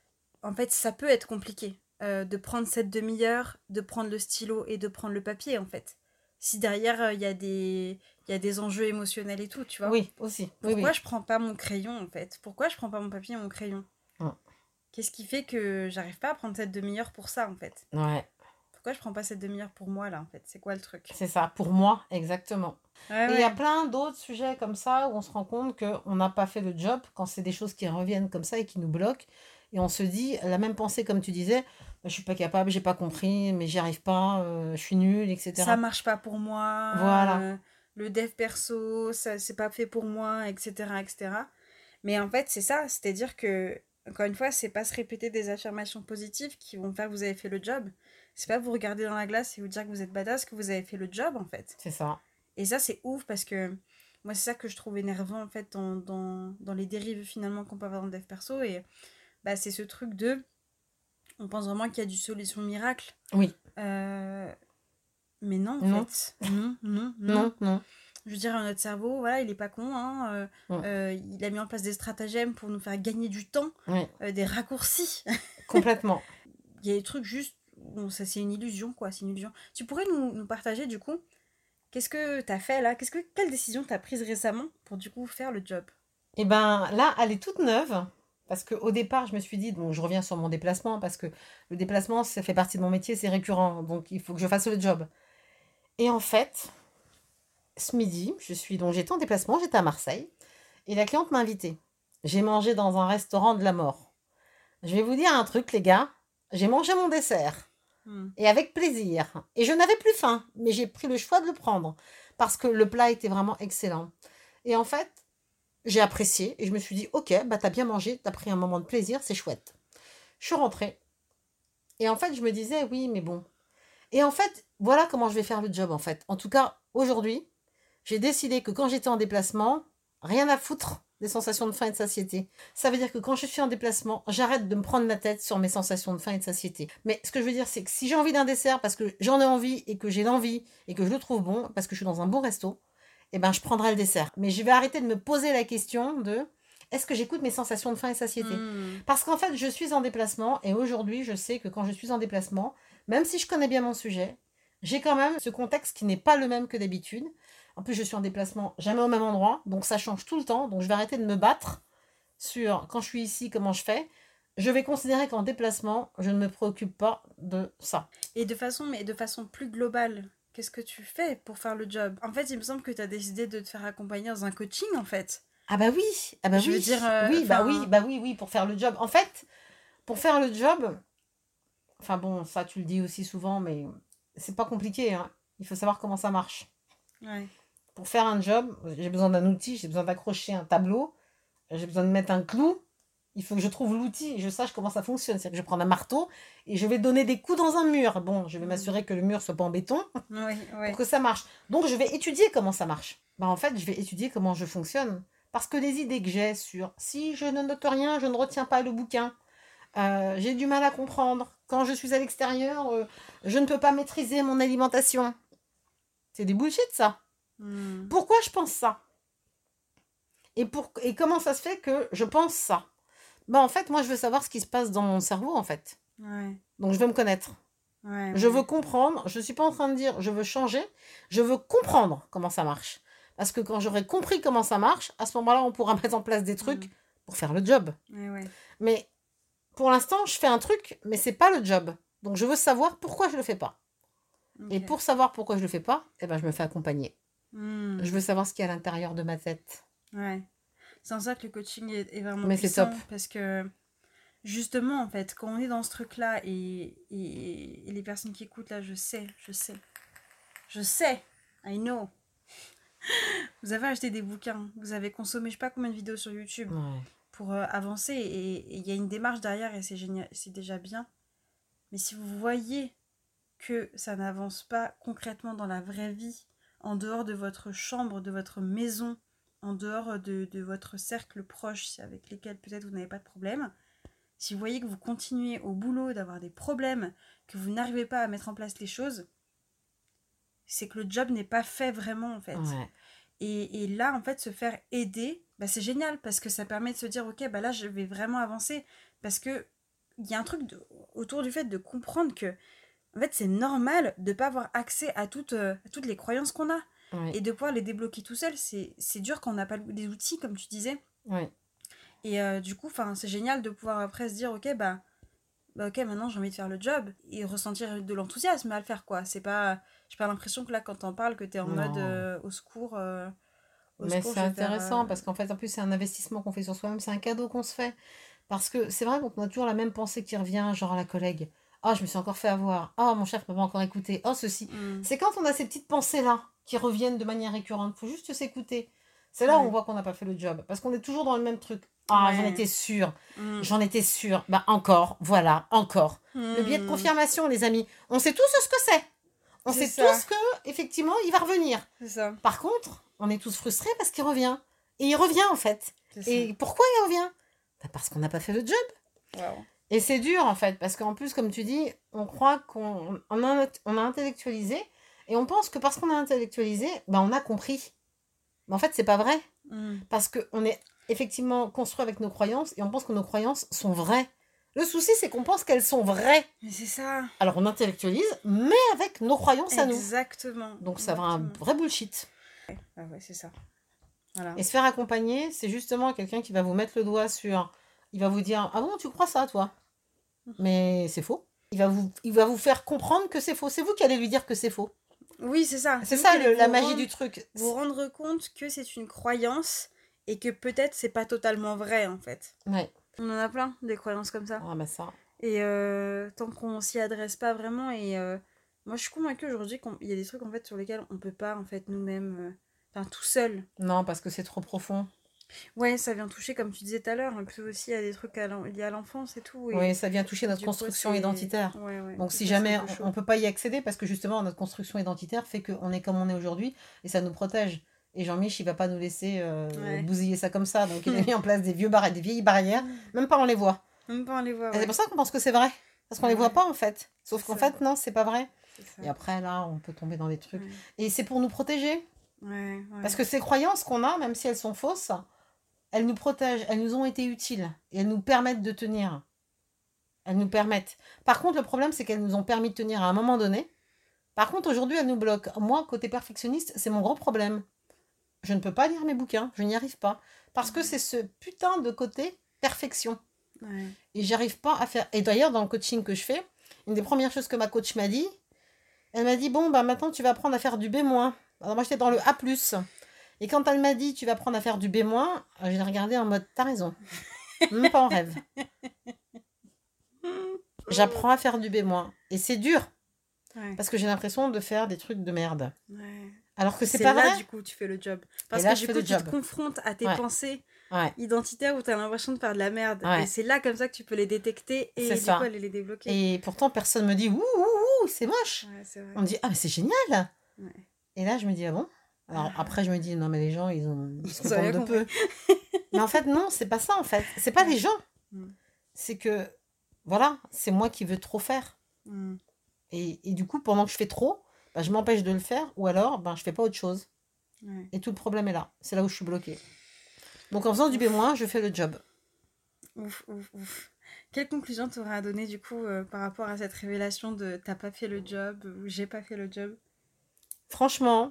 Speaker 1: en fait, ça peut être compliqué euh, de prendre cette demi-heure, de prendre le stylo et de prendre le papier, en fait. Si derrière, euh, il y a des... il y a des enjeux émotionnels et tout, tu vois.
Speaker 2: Oui, aussi. Oui,
Speaker 1: Pourquoi
Speaker 2: oui.
Speaker 1: je prends pas mon crayon, en fait? Pourquoi je prends pas mon papier et mon crayon?
Speaker 2: Mm.
Speaker 1: Qu'est-ce qui fait que j'arrive pas à prendre cette demi-heure pour ça, en fait?
Speaker 2: Ouais,
Speaker 1: Pourquoi je prends pas cette demi-heure pour moi, là, en fait? C'est quoi le truc?
Speaker 2: c'est ça. Pour moi, exactement.
Speaker 1: Ouais,
Speaker 2: Et il y a
Speaker 1: ouais.
Speaker 2: plein d'autres sujets comme ça où on se rend compte qu'on n'a pas fait le job quand c'est des choses qui reviennent comme ça et qui nous bloquent. Et on se dit, la même pensée comme tu disais, bah, je suis pas capable, j'ai pas compris, mais j'y arrive pas, euh, je suis nulle,
Speaker 1: Ça
Speaker 2: et cetera.
Speaker 1: marche pas pour moi,
Speaker 2: Voilà,
Speaker 1: euh, le dev perso, ça c'est pas fait pour moi, et cetera, et cetera. Mais en fait, c'est ça, c'est-à-dire que, encore une fois, c'est pas se répéter des affirmations positives qui vont faire que vous avez fait le job. C'est pas vous regarder dans la glace et vous dire que vous êtes badass, que vous avez fait le job, en fait.
Speaker 2: c'est ça.
Speaker 1: Et ça, c'est ouf parce que moi, c'est ça que je trouve énervant, en fait, dans, dans, dans les dérives finalement qu'on peut avoir dans le dev perso. Et bah, c'est ce truc de. On pense vraiment qu'il y a du solution miracle.
Speaker 2: Oui,
Speaker 1: Euh, mais non, en
Speaker 2: non,
Speaker 1: fait. Non, non, non.
Speaker 2: non, non.
Speaker 1: Je veux dire, notre cerveau, voilà, il est pas con, hein. euh,
Speaker 2: Mm.
Speaker 1: euh, il a mis en place des stratagèmes pour nous faire gagner du temps,
Speaker 2: Oui,
Speaker 1: euh, des raccourcis.
Speaker 2: complètement.
Speaker 1: Il y a des trucs juste. Bon, ça, c'est une illusion, quoi. C'est une illusion. Tu pourrais nous, nous partager, du coup, qu'est-ce que t'as fait là? Qu'est-ce que, quelle décision t'as prise récemment pour, du coup, faire le job?
Speaker 2: Et ben là, elle est toute neuve. Parce qu'au départ, je me suis dit, donc je reviens sur mon déplacement, parce que le déplacement, ça fait partie de mon métier, c'est récurrent. Donc il faut que je fasse le job. Et en fait, ce midi, je suis donc j'étais en déplacement, j'étais à Marseille, et la cliente m'a invitée. J'ai mangé dans un restaurant de la mort. Je vais vous dire un truc, les gars. J'ai mangé mon dessert.
Speaker 1: Hmm.
Speaker 2: Et avec plaisir. Et je n'avais plus faim, mais j'ai pris le choix de le prendre. Parce que le plat était vraiment excellent. Et en fait, j'ai apprécié et je me suis dit, ok, bah t'as bien mangé, t'as pris un moment de plaisir, c'est chouette. Je suis rentrée. Et en fait, je me disais, oui, mais bon. Et en fait, voilà comment je vais faire le job, en fait. En tout cas, aujourd'hui, j'ai décidé que quand j'étais en déplacement, rien à foutre des sensations de faim et de satiété. Ça veut dire que quand je suis en déplacement, j'arrête de me prendre la tête sur mes sensations de faim et de satiété. Mais ce que je veux dire, c'est que si j'ai envie d'un dessert parce que j'en ai envie et que j'ai l'envie et que je le trouve bon, parce que je suis dans un bon resto, eh ben je prendrai le dessert. Mais je vais arrêter de me poser la question de est-ce que j'écoute mes sensations de faim et de satiété?
Speaker 1: Hmm.
Speaker 2: Parce qu'en fait, je suis en déplacement et aujourd'hui, je sais que quand je suis en déplacement, même si je connais bien mon sujet, j'ai quand même ce contexte qui n'est pas le même que d'habitude. En plus, je suis en déplacement jamais au même endroit, donc ça change tout le temps. Donc je vais arrêter de me battre sur quand je suis ici, comment je fais. Je vais considérer qu'en déplacement, je ne me préoccupe pas de ça.
Speaker 1: Et de façon, mais de façon plus globale, qu'est-ce que tu fais pour faire le job? En fait, il me semble que t'as décidé de te faire accompagner dans un coaching, en fait.
Speaker 2: Ah bah oui, ah bah
Speaker 1: Je veux
Speaker 2: oui,
Speaker 1: dire, euh,
Speaker 2: oui, bah oui,
Speaker 1: enfin,
Speaker 2: bah oui, oui, pour faire le job. En fait, Pour faire le job, enfin bon, ça tu le dis aussi souvent, mais c'est pas compliqué, hein. Il faut savoir comment ça marche.
Speaker 1: Ouais.
Speaker 2: Pour faire un job, j'ai besoin d'un outil, j'ai besoin d'accrocher un tableau, j'ai besoin de mettre un clou. Il faut que je trouve l'outil et je sache comment ça fonctionne. C'est-à-dire que je vais prendre un marteau et je vais donner des coups dans un mur. Bon, je vais
Speaker 1: Mm.
Speaker 2: m'assurer que le mur soit pas en béton
Speaker 1: Oui, oui.
Speaker 2: pour que ça marche. Donc, je vais étudier comment ça marche. Bah, en fait, je vais étudier comment je fonctionne. Parce que les idées que j'ai sur si je ne note rien, je ne retiens pas le bouquin, euh, j'ai du mal à comprendre. Quand je suis à l'extérieur, euh, je ne peux pas maîtriser mon alimentation. C'est des bullshit, ça.
Speaker 1: Mm.
Speaker 2: Pourquoi je pense ça et, pour, et comment ça se fait que je pense ça? Bah, en fait, moi, je veux savoir ce qui se passe dans mon cerveau, en fait.
Speaker 1: Ouais.
Speaker 2: Donc, je veux me connaître.
Speaker 1: Ouais,
Speaker 2: Je
Speaker 1: ouais.
Speaker 2: veux comprendre. Je ne suis pas en train de dire je veux changer. Je veux comprendre comment ça marche. Parce que quand j'aurai compris comment ça marche, à ce moment-là, on pourra mettre en place des trucs
Speaker 1: Mm.
Speaker 2: pour faire le job.
Speaker 1: Ouais, ouais.
Speaker 2: Mais pour l'instant, je fais un truc, mais c'est pas le job. Donc, je veux savoir pourquoi je le fais pas. Et
Speaker 1: Ok.
Speaker 2: pour savoir pourquoi je le fais pas, eh ben, je me fais accompagner.
Speaker 1: Mm.
Speaker 2: Je veux savoir ce qu'il y a à l'intérieur de ma tête.
Speaker 1: Ouais. C'est en ça que le coaching est, est vraiment
Speaker 2: Mais c'est
Speaker 1: puissant.
Speaker 2: top.
Speaker 1: Parce que justement, en fait, quand on est dans ce truc-là et, et, et les personnes qui écoutent là, je sais, je sais. Je sais. I know. Vous avez acheté des bouquins, vous avez consommé je sais pas combien de vidéos sur YouTube
Speaker 2: Ouais.
Speaker 1: pour euh, avancer et il y a une démarche derrière et c'est génial, c'est déjà bien. Mais si vous voyez que ça n'avance pas concrètement dans la vraie vie, en dehors de votre chambre, de votre maison, en dehors de, de votre cercle proche avec lesquels peut-être vous n'avez pas de problème, si vous voyez que vous continuez au boulot d'avoir des problèmes, que vous n'arrivez pas à mettre en place les choses, c'est que le job n'est pas fait vraiment en fait.
Speaker 2: Ouais.
Speaker 1: Et, et là, en fait, se faire aider, bah, c'est génial parce que ça permet de se dire, ok, bah là, je vais vraiment avancer. Parce que il y a un truc de, autour du fait de comprendre que, en fait, c'est normal de ne pas avoir accès à toutes, euh, à toutes les croyances qu'on a.
Speaker 2: Ouais.
Speaker 1: Et de pouvoir les débloquer tout seul, c'est, c'est dur quand on n'a pas des outils, comme tu disais.
Speaker 2: Ouais.
Speaker 1: Et euh, du coup, c'est génial de pouvoir après se dire, ok, bah, bah ok, maintenant j'ai envie de faire le job et ressentir de l'enthousiasme à le faire, quoi. C'est pas, j'ai pas l'impression que là, quand t'en parles, que t'es en mode
Speaker 2: Non.
Speaker 1: euh, au secours. euh, Au
Speaker 2: Mais
Speaker 1: secours,
Speaker 2: c'est
Speaker 1: je vais faire.
Speaker 2: intéressant
Speaker 1: euh,
Speaker 2: parce qu'en fait, en plus, c'est un investissement qu'on fait sur soi-même, c'est un cadeau qu'on se fait. Parce que c'est vrai qu'on a toujours la même pensée qui revient, genre à la collègue. Ah, je me suis encore fait avoir. Ah, mon chef m'a pas encore écouté. Oh, ceci.
Speaker 1: hmm,
Speaker 2: C'est quand on a ces petites pensées-là qui reviennent de manière récurrente. Faut juste s'écouter. C'est là où on
Speaker 1: Ouais.
Speaker 2: voit qu'on n'a pas fait le job. Parce qu'on est toujours dans le même truc. Ah, j'en
Speaker 1: Ouais.
Speaker 2: étais sûre.
Speaker 1: hmm,
Speaker 2: J'en étais sûre. Bah, encore. Voilà, encore. Le biais de
Speaker 1: hmm,
Speaker 2: confirmation, les amis. On sait tous ce que c'est. On
Speaker 1: C'est
Speaker 2: sait
Speaker 1: ça.
Speaker 2: tous que, effectivement, il va revenir.
Speaker 1: C'est ça.
Speaker 2: Par contre, on est tous frustrés parce qu'il revient. Et il revient, en fait.
Speaker 1: C'est ça.
Speaker 2: Et pourquoi il revient? Bah, parce qu'on n'a pas fait le job.
Speaker 1: Waouh.
Speaker 2: Et c'est dur, en fait, parce qu'en plus, comme tu dis, on croit qu'on on a, on a intellectualisé, et on pense que parce qu'on a intellectualisé, bah, on a compris. Mais en fait, c'est pas vrai.
Speaker 1: Hmm,
Speaker 2: Parce qu'on est effectivement construit avec nos croyances, et on pense que nos croyances sont vraies. Le souci, c'est qu'on pense qu'elles sont vraies.
Speaker 1: Mais c'est ça.
Speaker 2: Alors, on intellectualise, mais avec nos croyances à nous.
Speaker 1: Exactement.
Speaker 2: Donc, ça va un
Speaker 1: Exactement.
Speaker 2: vrai bullshit.
Speaker 1: Ah ouais, c'est ça. Voilà.
Speaker 2: Et se faire accompagner, c'est justement quelqu'un qui va vous mettre le doigt sur... Il va vous dire, ah bon, tu crois ça, toi? Mais c'est faux. Il va, vous, il va vous faire comprendre que c'est faux. C'est vous qui allez lui dire que c'est faux.
Speaker 1: Oui, c'est ça.
Speaker 2: C'est
Speaker 1: vous
Speaker 2: ça
Speaker 1: qui
Speaker 2: le-
Speaker 1: allez
Speaker 2: la
Speaker 1: vous
Speaker 2: magie
Speaker 1: rendre-
Speaker 2: du truc.
Speaker 1: Vous rendre compte que c'est une croyance et que peut-être c'est pas totalement vrai en fait.
Speaker 2: Ouais.
Speaker 1: On en a plein des croyances comme ça.
Speaker 2: Ah bah ça.
Speaker 1: Et euh, tant qu'on s'y adresse pas vraiment, et euh, moi je suis convaincue aujourd'hui qu'il y a des trucs en fait sur lesquels on peut pas en fait nous-mêmes, euh, enfin tout seul.
Speaker 2: Non, parce que c'est trop profond.
Speaker 1: Ouais, ça vient toucher comme tu disais tout à l'heure, un peu aussi à des trucs à l'en- liés à l'enfance et tout. Et
Speaker 2: Oui, ça vient toucher notre
Speaker 1: du coup,
Speaker 2: construction
Speaker 1: c'est-
Speaker 2: identitaire.
Speaker 1: Ouais, ouais,
Speaker 2: Donc
Speaker 1: c'est
Speaker 2: si
Speaker 1: ça, c'est
Speaker 2: jamais
Speaker 1: un peu
Speaker 2: on,
Speaker 1: chaud.
Speaker 2: on peut pas y accéder, parce que justement notre construction identitaire fait qu'on est comme on est aujourd'hui, et ça nous protège. Et Jean-Mich, il va pas nous laisser euh,
Speaker 1: Ouais.
Speaker 2: bousiller ça comme ça. Donc il a mis en place des vieux barri- des vieilles barrières, même pas on les voit.
Speaker 1: Même pas on les voit.
Speaker 2: Et
Speaker 1: Ouais.
Speaker 2: c'est pour ça qu'on pense que c'est vrai. Parce qu'on les voit
Speaker 1: Ouais.
Speaker 2: pas en fait. Sauf
Speaker 1: C'est
Speaker 2: qu'en
Speaker 1: ça.
Speaker 2: fait, non, c'est pas vrai.
Speaker 1: C'est ça.
Speaker 2: Et après, là, on peut tomber dans des trucs.
Speaker 1: Ouais.
Speaker 2: Et c'est pour nous protéger.
Speaker 1: Ouais, ouais.
Speaker 2: Parce que ces croyances qu'on a, même si elles sont fausses, elles nous protègent, elles nous ont été utiles. Et elles nous permettent de tenir. Elles nous permettent. Par contre, le problème, c'est qu'elles nous ont permis de tenir à un moment donné. Par contre, aujourd'hui, elles nous bloquent. Moi, côté perfectionniste, c'est mon gros problème. Je ne peux pas lire mes bouquins. Je n'y arrive pas. Parce que c'est ce putain de côté perfection.
Speaker 1: Ouais.
Speaker 2: Et j'arrive pas à faire. Et d'ailleurs, dans le coaching que je fais, une des premières choses que ma coach m'a dit, elle m'a dit, bon, bah maintenant tu vas apprendre à faire du B-. Alors moi j'étais dans le A plus. Et quand elle m'a dit, tu vas apprendre à faire du B-, j'ai regardé en mode, t'as raison. Même pas en rêve. J'apprends à faire du B-. Et c'est dur,
Speaker 1: Ouais.
Speaker 2: parce que j'ai l'impression de faire des trucs de merde.
Speaker 1: Ouais.
Speaker 2: Alors que c'est
Speaker 1: C'est
Speaker 2: pas
Speaker 1: là,
Speaker 2: vrai.
Speaker 1: du coup, tu fais le job. Parce
Speaker 2: Et là,
Speaker 1: que
Speaker 2: je
Speaker 1: du
Speaker 2: fais
Speaker 1: coup,
Speaker 2: le
Speaker 1: tu te
Speaker 2: job.
Speaker 1: confrontes à tes
Speaker 2: Ouais.
Speaker 1: pensées
Speaker 2: Ouais,
Speaker 1: identitaires où tu as l'impression de faire de la merde. Et
Speaker 2: ouais,
Speaker 1: c'est là, comme ça, que tu peux les détecter
Speaker 2: c'est
Speaker 1: et du coup,
Speaker 2: ça.
Speaker 1: aller les débloquer.
Speaker 2: Et pourtant, personne me dit ouh, ouh, ouh, c'est moche.
Speaker 1: Ouais, c'est vrai.
Speaker 2: On me dit ah, mais c'est génial.
Speaker 1: Ouais.
Speaker 2: Et là, je me dis ah bon. Alors après, je me dis non, mais les gens, ils, ont... ils se
Speaker 1: Ils ont rien
Speaker 2: contentent de
Speaker 1: compris.
Speaker 2: peu. Mais en fait, non, c'est pas ça, en fait. C'est pas
Speaker 1: Ouais.
Speaker 2: les gens.
Speaker 1: Mm.
Speaker 2: C'est que, voilà, c'est moi qui veux trop faire.
Speaker 1: Mm.
Speaker 2: Et, et du coup, pendant que je fais trop, bah, je m'empêche de le faire, ou alors, ben, je fais pas autre chose.
Speaker 1: Ouais.
Speaker 2: Et tout le problème est là. C'est là où je suis bloquée. Donc en faisant du B-, je fais le job.
Speaker 1: Ouf, ouf, ouf. Quelle conclusion tu auras à donner du coup euh, par rapport à cette révélation de t'as pas fait le job ou j'ai pas fait le job?
Speaker 2: Franchement,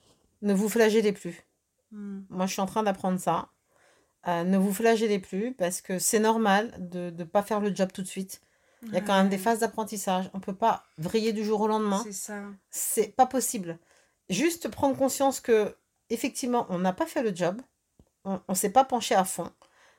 Speaker 2: ne vous flagellez plus.
Speaker 1: Mm.
Speaker 2: Moi, je suis en train d'apprendre ça. Euh, ne vous flagellez plus, parce que c'est normal de ne pas faire le job tout de suite. Il y a quand même des
Speaker 1: Ouais,
Speaker 2: phases d'apprentissage. On ne peut pas vriller du jour au lendemain.
Speaker 1: c'est ça.
Speaker 2: C'est pas possible. Juste prendre conscience que, effectivement, on n'a pas fait le job. On ne s'est pas penché à fond.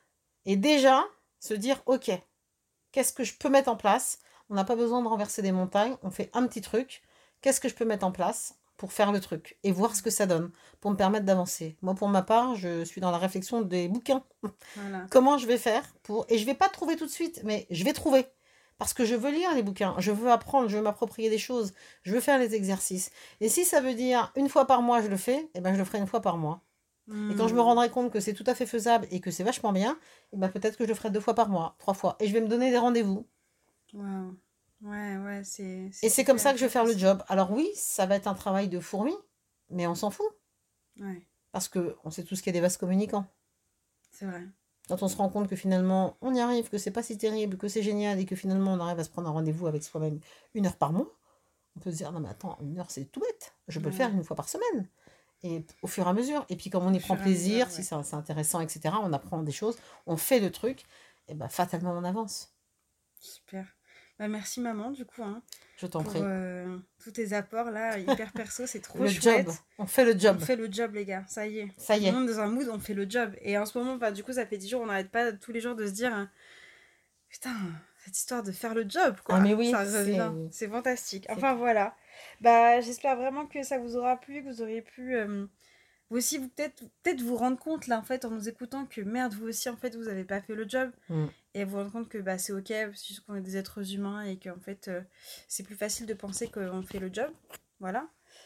Speaker 2: Et déjà, se dire, ok, qu'est-ce que je peux mettre en place? On n'a pas besoin de renverser des montagnes. On fait un petit truc. Qu'est-ce que je peux mettre en place pour faire le truc et voir ce que ça donne, pour me permettre d'avancer. Moi, pour ma part, je suis dans la réflexion des bouquins.
Speaker 1: Voilà.
Speaker 2: Comment je vais faire pour... Et je vais pas trouver tout de suite, mais je vais trouver. Parce que je veux lire les bouquins, je veux apprendre, je veux m'approprier des choses, je veux faire les exercices. Et si ça veut dire une fois par mois je le fais, eh ben je le ferai une fois par mois. Et quand je me
Speaker 1: Mm.
Speaker 2: rendrai compte que c'est tout à fait faisable et que c'est vachement bien, eh ben peut-être que je le ferai deux fois par mois, trois fois. Et je vais me donner des rendez-vous.
Speaker 1: Wow. Ouais, ouais, c'est.
Speaker 2: Et c'est comme
Speaker 1: super
Speaker 2: ça que je vais faire le
Speaker 1: intéressant.
Speaker 2: job. Alors oui, ça va être un travail de fourmi, mais on s'en fout.
Speaker 1: Ouais,
Speaker 2: Parce qu'on sait tous qu'il y a des vases communicants.
Speaker 1: c'est vrai.
Speaker 2: Quand on se rend compte que finalement on y arrive, que c'est pas si terrible, que c'est génial et que finalement on arrive à se prendre un rendez-vous avec soi-même une heure par mois, on peut se dire non mais attends, une heure c'est tout bête, je peux le faire
Speaker 1: Ouais.
Speaker 2: une fois par semaine. Et au fur et à mesure, et puis comme on
Speaker 1: Au
Speaker 2: y prend
Speaker 1: fur et à mesure,
Speaker 2: plaisir,
Speaker 1: ouais.
Speaker 2: si c'est c'est intéressant, et cetera, on apprend des choses, on fait le truc, et ben fatalement on avance.
Speaker 1: Super. Bah, merci maman du coup hein,
Speaker 2: Je t'en
Speaker 1: pour
Speaker 2: prie.
Speaker 1: euh, tous tes apports là, hyper perso, c'est trop
Speaker 2: Le
Speaker 1: chouette.
Speaker 2: job, on fait le
Speaker 1: On
Speaker 2: job.
Speaker 1: fait le job les gars, ça y est.
Speaker 2: Ça y
Speaker 1: On
Speaker 2: est.
Speaker 1: est dans un mood, on fait le job. Et en ce moment, bah, du coup, ça fait dix jours, on n'arrête pas tous les jours de se dire hein, putain, cette histoire de faire le job quoi.
Speaker 2: Ah mais oui,
Speaker 1: Ça
Speaker 2: c'est...
Speaker 1: revient, c'est fantastique.
Speaker 2: c'est-
Speaker 1: Enfin voilà. Bah, j'espère vraiment que ça vous aura plu, que vous auriez pu euh, vous aussi vous peut-être peut-être vous rendre compte là en fait en nous écoutant que merde vous aussi en fait vous avez pas fait le job
Speaker 2: Mm.
Speaker 1: et vous rendre compte que bah c'est ok, c'est juste qu'on est des êtres humains et qu'en fait euh, c'est plus facile de penser qu'on fait le job. Voilà.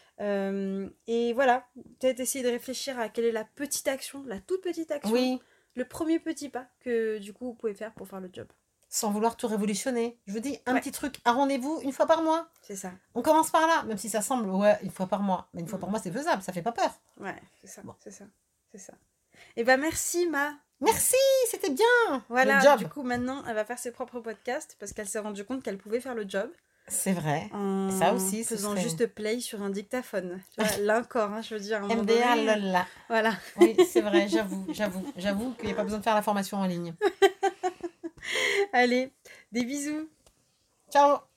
Speaker 1: Euh, et voilà, peut-être essayer de réfléchir à quelle est la petite action, la toute petite action,
Speaker 2: Oui,
Speaker 1: le premier petit pas que du coup vous pouvez faire pour faire le job.
Speaker 2: sans vouloir tout révolutionner. Je vous dis, un
Speaker 1: Ouais,
Speaker 2: petit truc, un rendez-vous une fois par mois.
Speaker 1: c'est ça.
Speaker 2: On commence par là, même si ça semble, ouais, une fois par mois. Mais une fois
Speaker 1: Mm.
Speaker 2: par mois, c'est faisable, ça fait pas peur.
Speaker 1: Ouais, c'est ça,
Speaker 2: Bon.
Speaker 1: c'est ça, c'est ça. Et bah merci Ma.
Speaker 2: Merci, c'était bien.
Speaker 1: Voilà,
Speaker 2: Le job.
Speaker 1: du coup maintenant elle va faire ses propres podcasts parce qu'elle s'est rendue compte qu'elle pouvait faire le job
Speaker 2: C'est vrai.
Speaker 1: en
Speaker 2: Ça aussi, ce
Speaker 1: faisant
Speaker 2: serait...
Speaker 1: juste play sur un dictaphone. Tu vois, là encore, hein, je veux dire, à un moment
Speaker 2: M D A,
Speaker 1: donné,
Speaker 2: lol.
Speaker 1: voilà.
Speaker 2: Oui, c'est vrai, j'avoue, j'avoue. J'avoue qu'il n'y a pas besoin de faire la formation en ligne.
Speaker 1: Allez, des bisous.
Speaker 2: Ciao.